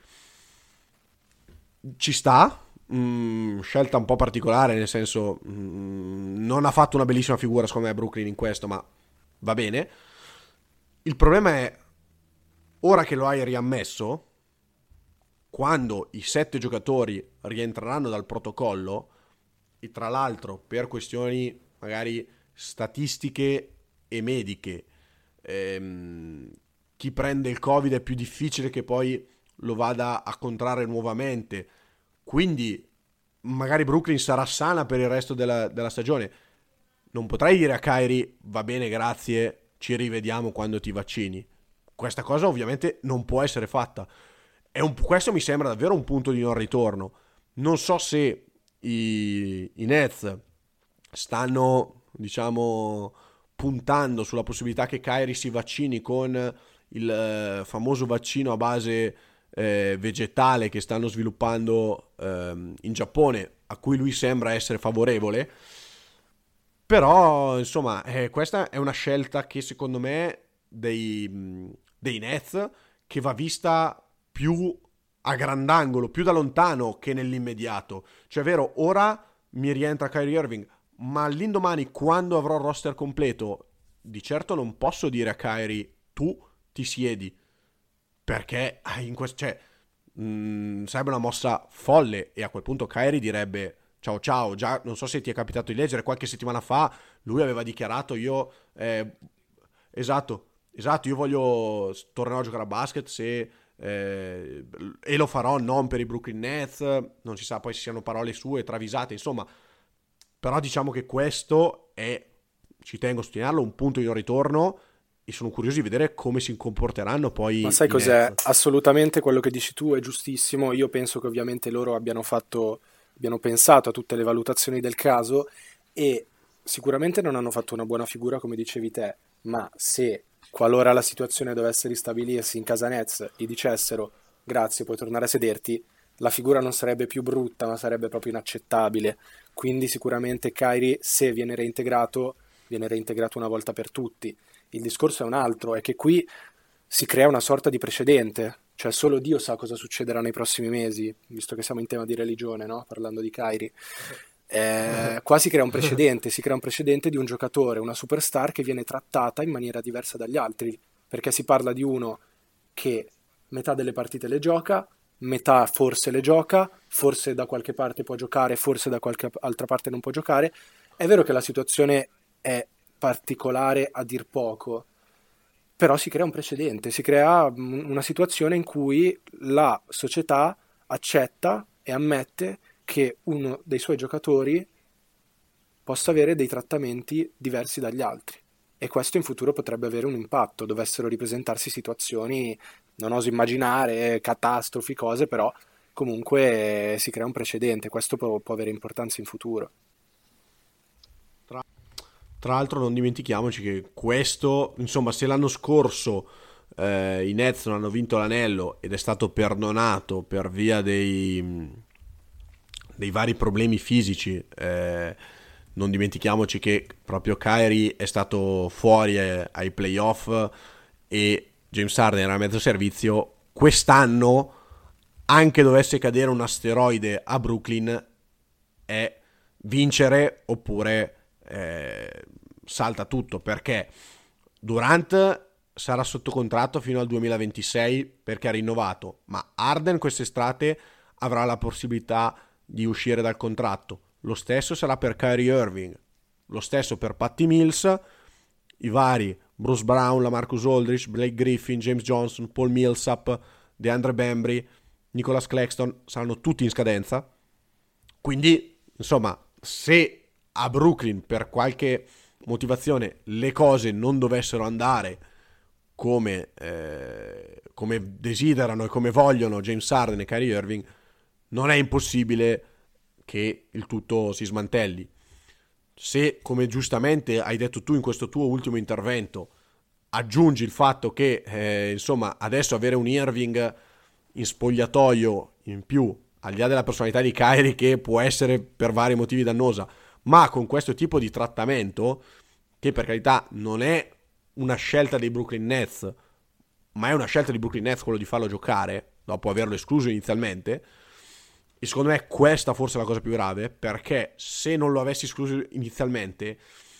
ci sta. Scelta un po' particolare, nel senso, non ha fatto una bellissima figura secondo me Brooklyn in questo, ma va bene. Il problema è, ora che lo hai riammesso, quando i 7 giocatori rientreranno dal protocollo, e tra l'altro per questioni magari statistiche e mediche, chi prende il Covid è più difficile che poi lo vada a contrarre nuovamente, quindi magari Brooklyn sarà sana per il resto della stagione. Non potrai dire a Kyrie: va bene, grazie, ci rivediamo quando ti vaccini. Questa cosa ovviamente non può essere fatta. Questo mi sembra davvero un punto di non ritorno. Non so se i Nets stanno, diciamo, puntando sulla possibilità che Kyrie si vaccini con il famoso vaccino a base vegetale che stanno sviluppando in Giappone, a cui lui sembra essere favorevole. Però insomma questa è una scelta che secondo me dei Nets, che va vista più a grandangolo, più da lontano che nell'immediato. Cioè è vero, ora mi rientra Kyrie Irving, ma all'indomani, quando avrò il roster completo, di certo non posso dire a Kyrie: tu ti siedi, perché cioè, sarebbe una mossa folle, e a quel punto Kyrie direbbe: ciao ciao. Già non so se ti è capitato di leggere, qualche settimana fa lui aveva dichiarato: io esatto, io voglio tornare a giocare a basket se e lo farò non per i Brooklyn Nets. Non si sa poi se siano parole sue travisate, insomma. Però diciamo che questo è, ci tengo a sottolinearlo, un punto di non ritorno, e sono curioso di vedere come si comporteranno Ma poi sai i cos'è? Nets. Assolutamente quello che dici tu è giustissimo. Io penso che ovviamente loro abbiano pensato a tutte le valutazioni del caso e sicuramente non hanno fatto una buona figura, come dicevi te, ma se qualora la situazione dovesse ristabilirsi in casa Nets gli dicessero: grazie, puoi tornare a sederti, la figura non sarebbe più brutta, ma sarebbe proprio inaccettabile. Quindi sicuramente Kyrie, se viene reintegrato una volta per tutti. Il discorso è un altro, è che qui si crea una sorta di precedente, cioè solo Dio sa cosa succederà nei prossimi mesi, visto che siamo in tema di religione, no? Parlando di Kyrie. Qua si crea un precedente di un giocatore, una superstar che viene trattata in maniera diversa dagli altri, perché si parla di uno che metà delle partite le gioca, metà forse le gioca, forse da qualche parte può giocare, forse da qualche altra parte non può giocare. È vero che la situazione è particolare a dir poco, però si crea un precedente, si crea una situazione in cui la società accetta e ammette che uno dei suoi giocatori possa avere dei trattamenti diversi dagli altri. E questo in futuro potrebbe avere un impatto, dovessero ripresentarsi situazioni, non oso immaginare, catastrofi, cose, però comunque si crea un precedente, questo può avere importanza in futuro. Tra, tra l'altro non dimentichiamoci che questo, insomma, se l'anno scorso i Nets non hanno vinto l'anello ed è stato perdonato per via dei vari problemi fisici, non dimentichiamoci che proprio Kyrie è stato fuori ai playoff e James Harden era a mezzo servizio. Quest'anno, anche dovesse cadere un asteroide a Brooklyn, è vincere oppure salta tutto, perché Durant sarà sotto contratto fino al 2026 perché ha rinnovato, ma Harden quest'estate avrà la possibilità di uscire dal contratto. Lo stesso sarà per Kyrie Irving, lo stesso per Patty Mills, i vari Bruce Brown, LaMarcus Aldridge, Blake Griffin, James Johnson, Paul Millsap, DeAndre Bembry, Nicholas Claxton saranno tutti in scadenza. Quindi, insomma, se a Brooklyn per qualche motivazione le cose non dovessero andare come desiderano e come vogliono James Harden e Kyrie Irving, non è impossibile che il tutto si smantelli. Se, come giustamente hai detto tu in questo tuo ultimo intervento, aggiungi il fatto che insomma adesso avere un Irving in spogliatoio in più, al di là della personalità di Kyrie che può essere per vari motivi dannosa, ma con questo tipo di trattamento, che per carità non è una scelta dei Brooklyn Nets, ma è una scelta di Brooklyn Nets quello di farlo giocare dopo averlo escluso inizialmente. E secondo me questa forse è la cosa più grave, perché se non lo avessi escluso inizialmente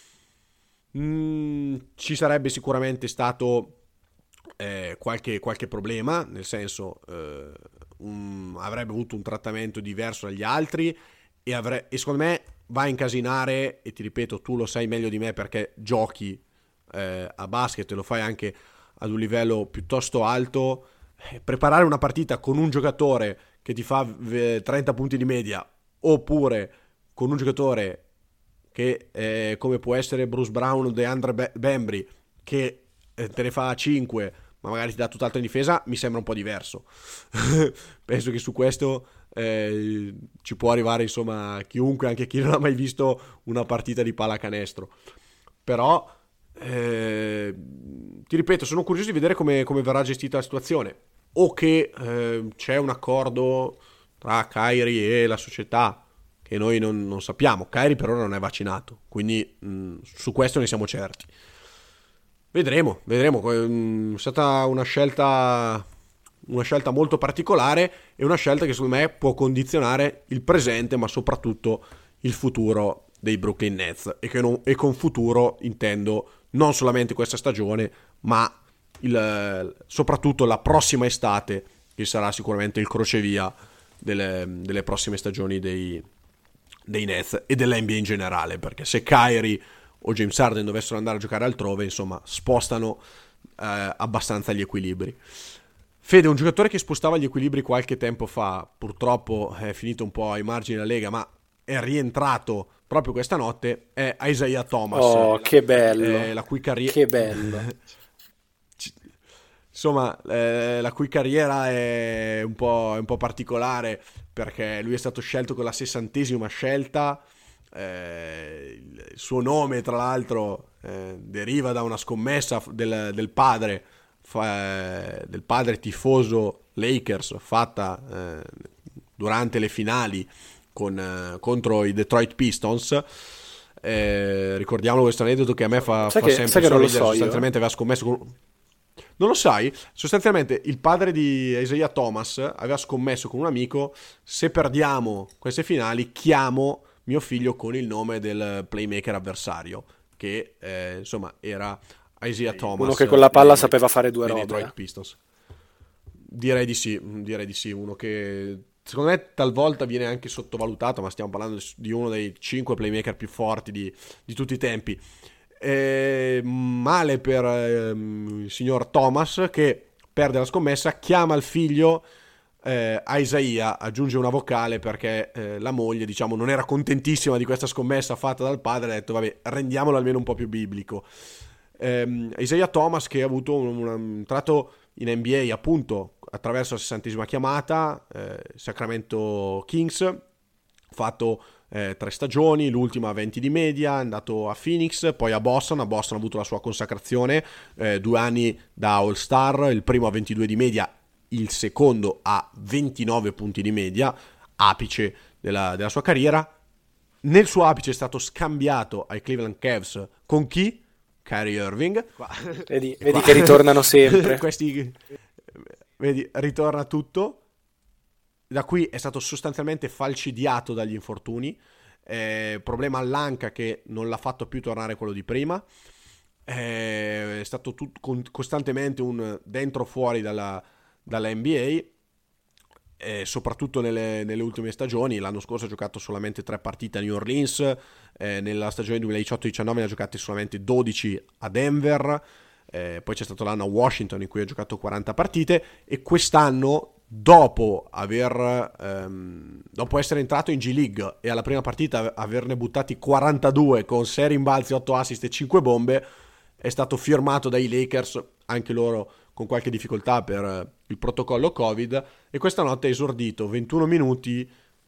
ci sarebbe sicuramente stato qualche problema, nel senso avrebbe avuto un trattamento diverso dagli altri e secondo me va a incasinare, e ti ripeto, tu lo sai meglio di me perché giochi a basket e lo fai anche ad un livello piuttosto alto. Preparare una partita con un giocatore che ti fa 30 punti di media, oppure con un giocatore che come può essere Bruce Brown o DeAndre Bembry che te ne fa 5 ma magari ti dà tutt'altro in difesa, mi sembra un po' diverso. Penso che su questo ci può arrivare insomma chiunque, anche chi non ha mai visto una partita di pallacanestro. Però ti ripeto, sono curioso di vedere come verrà gestita la situazione, o che c'è un accordo tra Kyrie e la società che noi non sappiamo. Kyrie per ora non è vaccinato, quindi su questo ne siamo certi. Vedremo. È stata una scelta molto particolare e una scelta che secondo me può condizionare il presente, ma soprattutto il futuro dei Brooklyn Nets, e con futuro intendo non solamente questa stagione, ma soprattutto la prossima estate, che sarà sicuramente il crocevia delle prossime stagioni dei Nets e dell'NBA in generale, perché se Kyrie o James Harden dovessero andare a giocare altrove, insomma, spostano abbastanza gli equilibri. Fede, un giocatore che spostava gli equilibri qualche tempo fa, purtroppo è finito un po' ai margini della Lega, ma è rientrato proprio questa notte, è Isaiah Thomas. Oh, che bello! La cui carriera... Che bello! Insomma, la cui carriera è un po' particolare, perché lui è stato scelto con la 60ª scelta. Il suo nome, tra l'altro, deriva da una scommessa del padre tifoso Lakers fatta durante le finali contro i Detroit Pistons. Ricordiamolo questo aneddoto che a me fa sempre sorridere. Sostanzialmente aveva scommesso non lo sai? Sostanzialmente il padre di Isaiah Thomas aveva scommesso con un amico: se perdiamo queste finali chiamo mio figlio con il nome del playmaker avversario, che insomma era Isaiah Thomas, uno che con la palla sapeva fare due robe. Detroit Pistons. Direi di sì, uno che secondo me talvolta viene anche sottovalutato, ma stiamo parlando di uno dei 5 playmaker più forti di tutti i tempi. Male per il signor Thomas, che perde la scommessa, chiama il figlio Isaiah, aggiunge una vocale perché la moglie, diciamo, non era contentissima di questa scommessa fatta dal padre, ha detto vabbè, rendiamolo almeno un po' più biblico. Isaiah Thomas, che ha avuto un tratto in NBA appunto attraverso la 60ª chiamata, Sacramento Kings, fatto 3 stagioni, l'ultima 20 di media, è andato a Phoenix, poi a Boston ha avuto la sua consacrazione, 2 anni da All-Star, il primo a 22 di media, il secondo a 29 punti di media, apice della sua carriera. Nel suo apice è stato scambiato ai Cleveland Cavs con chi? Kyrie Irving. Vedi che ritornano sempre. Vedi, ritorna tutto. Da qui è stato sostanzialmente falcidiato dagli infortuni, problema all'anca che non l'ha fatto più tornare quello di prima, è stato costantemente un dentro fuori dalla NBA, soprattutto nelle ultime stagioni. L'anno scorso ha giocato solamente 3 partite a New Orleans, nella stagione 2018-19 ne ha giocate solamente 12 a Denver, poi c'è stato l'anno a Washington in cui ha giocato 40 partite, e quest'anno, dopo essere entrato in G League e alla prima partita averne buttati 42 con 6 rimbalzi, 8 assist e 5 bombe, è stato firmato dai Lakers, anche loro con qualche difficoltà per il protocollo Covid, e questa notte ha esordito 21 minuti,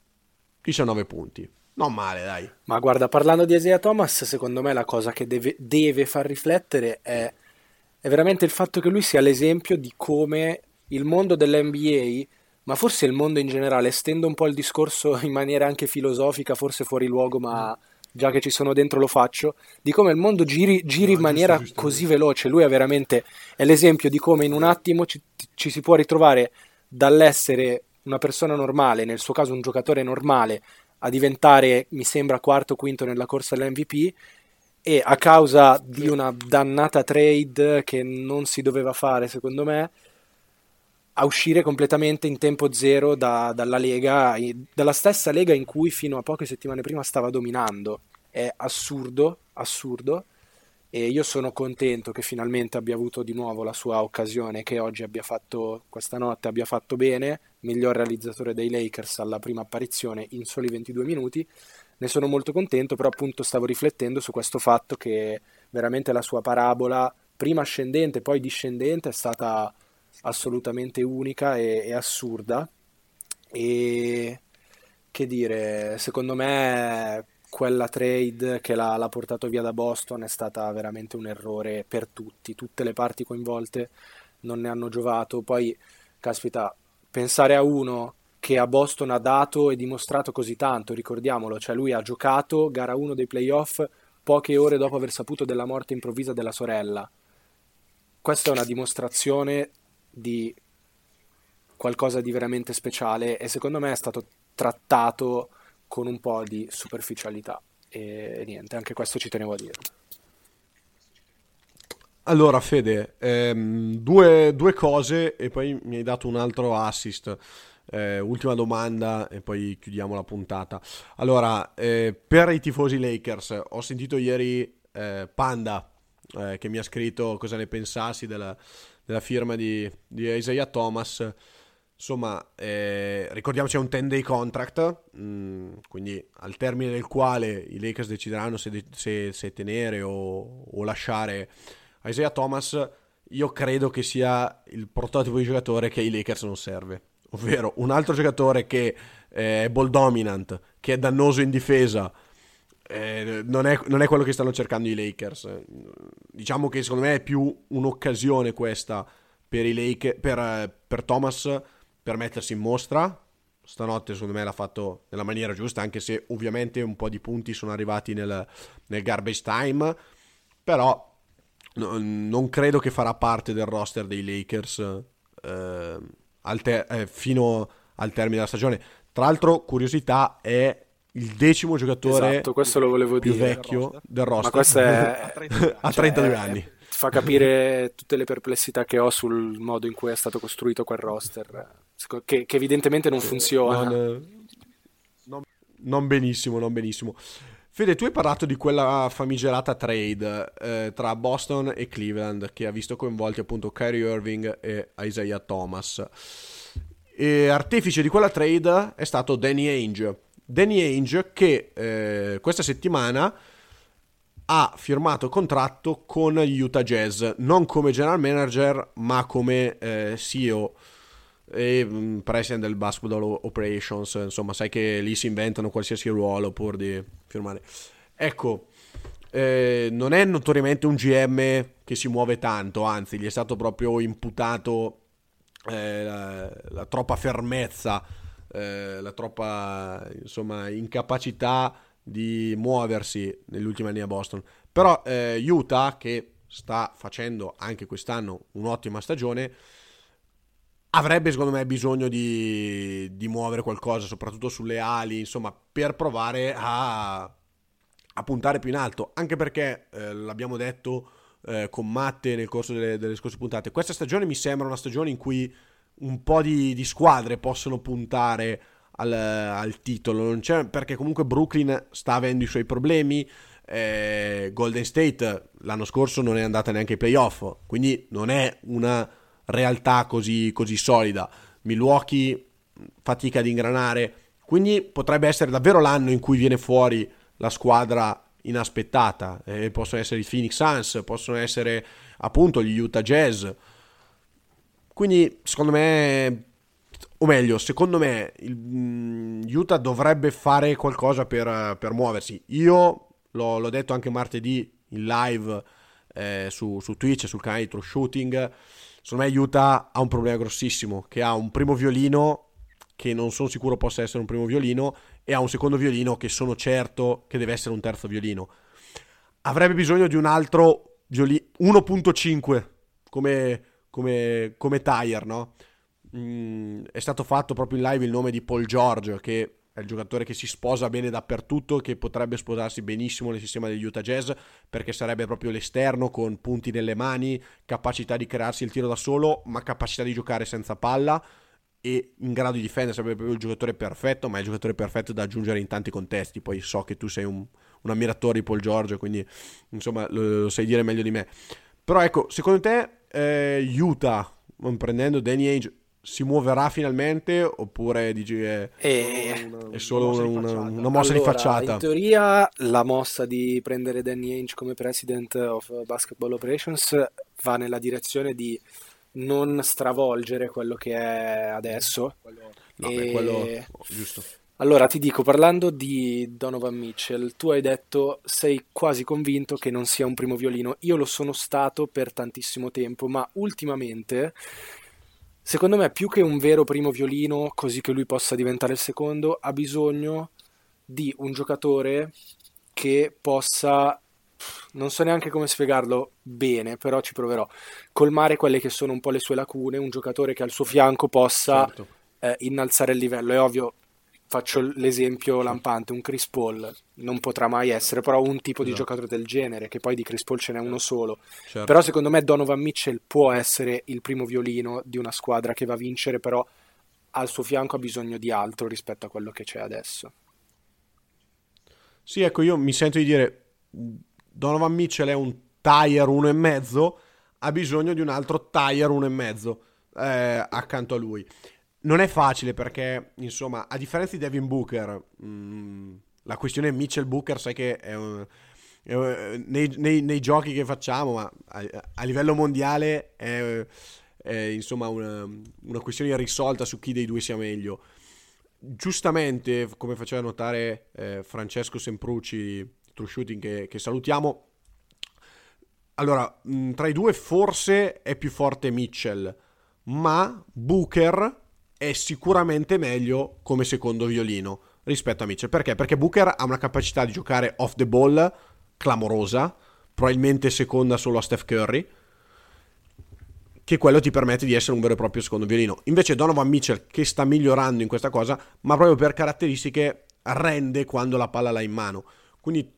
19 punti. Non male, dai. Ma guarda, parlando di Isaiah Thomas, secondo me la cosa che deve far riflettere è veramente il fatto che lui sia l'esempio di come il mondo dell'NBA, ma forse il mondo in generale, estendo un po' il discorso in maniera anche filosofica, forse fuori luogo, ma già che ci sono dentro lo faccio, di come il mondo giri No, in giusto, maniera giusto. così veloce. Lui è l'esempio di come in un attimo ci si può ritrovare dall'essere una persona normale, nel suo caso un giocatore normale, a diventare, mi sembra, quarto o quinto nella corsa all'MVP, e a causa di una dannata trade che non si doveva fare, secondo me, a uscire completamente in tempo zero dalla Lega, dalla stessa Lega in cui fino a poche settimane prima stava dominando. È assurdo, assurdo, e io sono contento che finalmente abbia avuto di nuovo la sua occasione, che oggi questa notte abbia fatto bene, miglior realizzatore dei Lakers alla prima apparizione in soli 22 minuti. Ne sono molto contento, però appunto stavo riflettendo su questo fatto che veramente la sua parabola, prima ascendente, poi discendente, è stata assolutamente unica e assurda. E che dire, secondo me quella trade che l'ha portato via da Boston è stata veramente un errore per tutte le parti coinvolte non ne hanno giovato. Poi, caspita, pensare a uno che a Boston ha dato e dimostrato così tanto, ricordiamolo, cioè lui ha giocato gara 1 dei playoff poche ore dopo aver saputo della morte improvvisa della sorella. Questa è una dimostrazione di qualcosa di veramente speciale, e secondo me è stato trattato con un po' di superficialità. E niente, anche questo ci tenevo a dirlo. Allora, Fede, due cose e poi mi hai dato un altro assist. Ultima domanda e poi chiudiamo la puntata. Allora, per i tifosi Lakers, ho sentito ieri Panda, che mi ha scritto cosa ne pensassi della firma di Isaiah Thomas. Insomma, ricordiamoci è un 10-day contract, quindi al termine del quale i Lakers decideranno se tenere o lasciare Isaiah Thomas. Io credo che sia il prototipo di giocatore che ai Lakers non serve, ovvero un altro giocatore che è ball dominant, che è dannoso in difesa. Non è quello che stanno cercando i Lakers. Diciamo che secondo me è più un'occasione questa per i Lakers, per Thomas, per mettersi in mostra. Stanotte secondo me l'ha fatto nella maniera giusta, anche se ovviamente un po' di punti sono arrivati nel garbage time, però non credo che farà parte del roster dei Lakers fino al termine della stagione. Tra l'altro, curiosità, è il 10° giocatore Esatto, questo lo volevo più dire. vecchio del Ma roster questo è, a cioè, 32 anni. fa capire tutte le perplessità che ho sul modo in cui è stato costruito quel roster, che evidentemente non Sì, funziona. non benissimo, non benissimo. Fede, tu hai parlato di quella famigerata trade tra Boston e Cleveland che ha visto coinvolti appunto Kyrie Irving e Isaiah Thomas. E artefice di quella trade è stato Danny Ainge. Danny Ainge che questa settimana ha firmato contratto con gli Utah Jazz, non come general manager ma come CEO e president del basketball operations. Insomma, sai che lì si inventano qualsiasi ruolo pur di firmare. Ecco, non è notoriamente un GM che si muove tanto, anzi gli è stato proprio imputato la troppa fermezza, la troppa, insomma, incapacità di muoversi negli ultimi anni a Boston. Però Utah, che sta facendo anche quest'anno un'ottima stagione, avrebbe secondo me bisogno di muovere qualcosa, soprattutto sulle ali, insomma, per provare a puntare più in alto, anche perché l'abbiamo detto con Matte nel corso delle scorse puntate. Questa stagione mi sembra una stagione in cui un po' di squadre possono puntare al titolo, non c'è, perché comunque Brooklyn sta avendo i suoi problemi. Golden State l'anno scorso non è andata neanche ai playoff, quindi non è una realtà così solida. Milwaukee fatica ad ingranare, quindi potrebbe essere davvero l'anno in cui viene fuori la squadra inaspettata. Possono essere i Phoenix Suns, possono essere appunto gli Utah Jazz. Quindi secondo me, o meglio, secondo me Utah dovrebbe fare qualcosa per muoversi. Io l'ho detto anche martedì in live su Twitch, sul canale di True Shooting. Secondo me Utah ha un problema grossissimo, che ha un primo violino che non sono sicuro possa essere un primo violino, e ha un secondo violino che sono certo che deve essere un terzo violino. Avrebbe bisogno di un altro violino 1.5 come Tyre, no? È stato fatto proprio in live il nome di Paul George, che è il giocatore che si sposa bene dappertutto, che potrebbe sposarsi benissimo nel sistema degli Utah Jazz, perché sarebbe proprio l'esterno con punti nelle mani, capacità di crearsi il tiro da solo, ma capacità di giocare senza palla e in grado di difendere. Sarebbe proprio il giocatore perfetto, ma è il giocatore perfetto da aggiungere in tanti contesti. Poi so che tu sei un ammiratore di Paul George, quindi insomma lo sai dire meglio di me. Però ecco, secondo te Utah, prendendo Danny Ainge, si muoverà finalmente, oppure dici che è solo una mossa di facciata? In teoria la mossa di prendere Danny Ainge come President of Basketball Operations va nella direzione di non stravolgere quello che è adesso. No, è quello giusto. Allora ti dico, parlando di Donovan Mitchell, tu hai detto sei quasi convinto che non sia un primo violino. Io lo sono stato per tantissimo tempo, ma ultimamente, secondo me, più che un vero primo violino, così che lui possa diventare il secondo, ha bisogno di un giocatore che possa, non so neanche come spiegarlo bene, però ci proverò, colmare quelle che sono un po' le sue lacune, un giocatore che al suo fianco possa Certo, innalzare il livello. È ovvio, faccio l'esempio certo, lampante, un Chris Paul non potrà mai essere, però un tipo di esatto, giocatore del genere, che poi di Chris Paul ce n'è uno solo. Però certo. secondo me Donovan Mitchell può essere il primo violino di una squadra che va a vincere, però al suo fianco ha bisogno di altro rispetto a quello che c'è adesso. Sì, ecco, io mi sento di dire Donovan Mitchell è un tire 1,5, ha bisogno di un altro tire 1,5 accanto a lui. Non è facile perché, insomma, a differenza di Devin Booker, la questione Mitchell Booker, sai che nei giochi che facciamo, ma a livello mondiale è, insomma una questione irrisolta su chi dei due sia meglio. Giustamente, come faceva notare Francesco Semprucci di True Shooting, che salutiamo, allora, tra i due forse è più forte Mitchell, ma Booker è sicuramente meglio come secondo violino rispetto a Mitchell. Perché? Perché Booker ha una capacità di giocare off the ball clamorosa, probabilmente seconda solo a Steph Curry, che quello ti permette di essere un vero e proprio secondo violino. Invece Donovan Mitchell, che sta migliorando in questa cosa, ma proprio per caratteristiche rende quando la palla l'ha in mano. Quindi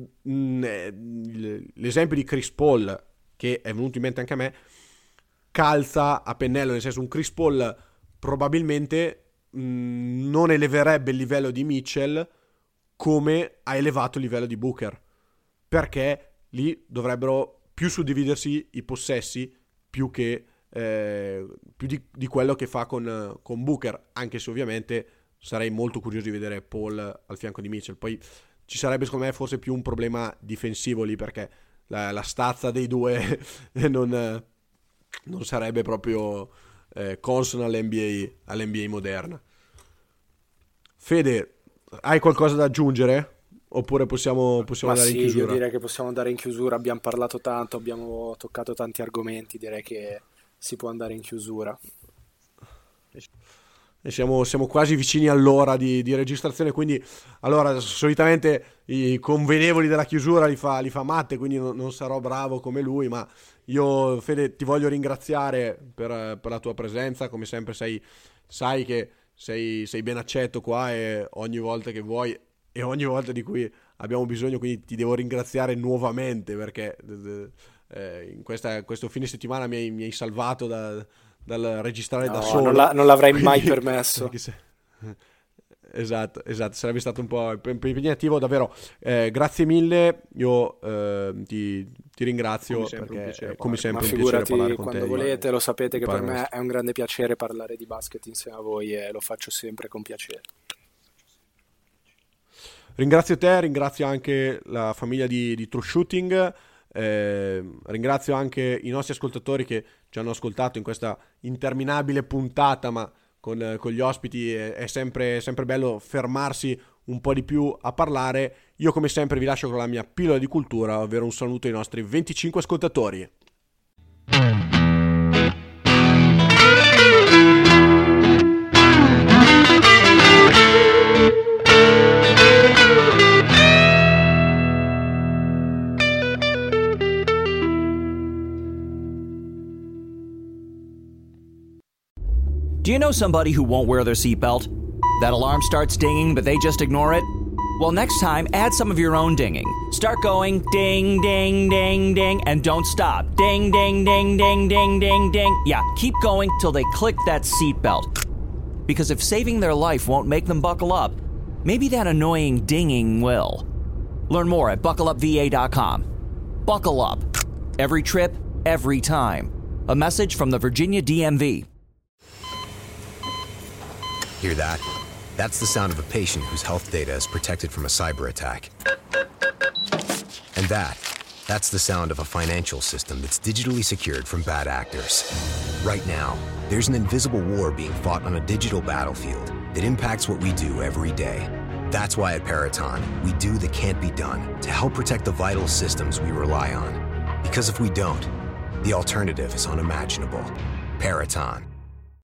l'esempio di Chris Paul, che è venuto in mente anche a me, calza a pennello, nel senso, un Chris Paul probabilmente non eleverebbe il livello di Mitchell come ha elevato il livello di Booker, perché lì dovrebbero più suddividersi i possessi più che più di quello che fa con Booker, anche se ovviamente sarei molto curioso di vedere Paul al fianco di Mitchell. Poi ci sarebbe secondo me forse più un problema difensivo lì, perché la stazza dei due non sarebbe proprio consona all'NBA moderna. Fede, hai qualcosa da aggiungere? Oppure possiamo Ma andare in sì, io chiusura? direi che possiamo andare in chiusura, abbiamo parlato tanto, abbiamo toccato tanti argomenti, direi che si può andare in chiusura. E siamo quasi vicini all'ora di registrazione, quindi allora solitamente i convenevoli della chiusura li fa Matte, quindi non sarò bravo come lui, ma io, Fede, ti voglio ringraziare per la tua presenza. Come sempre sai che sei ben accetto qua, e ogni volta che vuoi e ogni volta di cui abbiamo bisogno, quindi ti devo ringraziare nuovamente, perché questo fine settimana mi hai salvato dal registrare da No, solo. non l'avrei mai Quindi, permesso. esatto, sarebbe stato un po' impegnativo, davvero. Grazie mille, io ti ringrazio, Come sempre un perché piacere è come parlare. Ma sempre un piacere figurati, parlare con te. quando volete, lo sapete che per parlare me nostro. è un grande piacere parlare di basket insieme a voi e lo faccio sempre con piacere. Ringrazio te, ringrazio anche la famiglia di True Shooting, ringrazio anche i nostri ascoltatori che ci hanno ascoltato in questa interminabile puntata, ma con gli ospiti è sempre bello fermarsi un po' di più a parlare. Io come sempre vi lascio con la mia pillola di cultura, ovvero un saluto ai nostri 25 ascoltatori. Do you know somebody who won't wear their seatbelt? That alarm starts dinging, but they just ignore it? Well, next time, add some of your own dinging. Start going ding, ding, ding, ding, and don't stop. Ding, ding, ding, ding, ding, ding, ding. Yeah, keep going till they click that seatbelt. Because if saving their life won't make them buckle up, maybe that annoying dinging will. Learn more at buckleupva.com. Buckle up. Every trip, every time. A message from the Virginia DMV. Hear that? That's the sound of a patient whose health data is protected from a cyber attack. And that's the sound of a financial system that's digitally secured from bad actors. Right now, there's an invisible war being fought on a digital battlefield that impacts what we do every day. That's why at Peraton, we do the can't be done to help protect the vital systems we rely on. Because if we don't, the alternative is unimaginable. Peraton.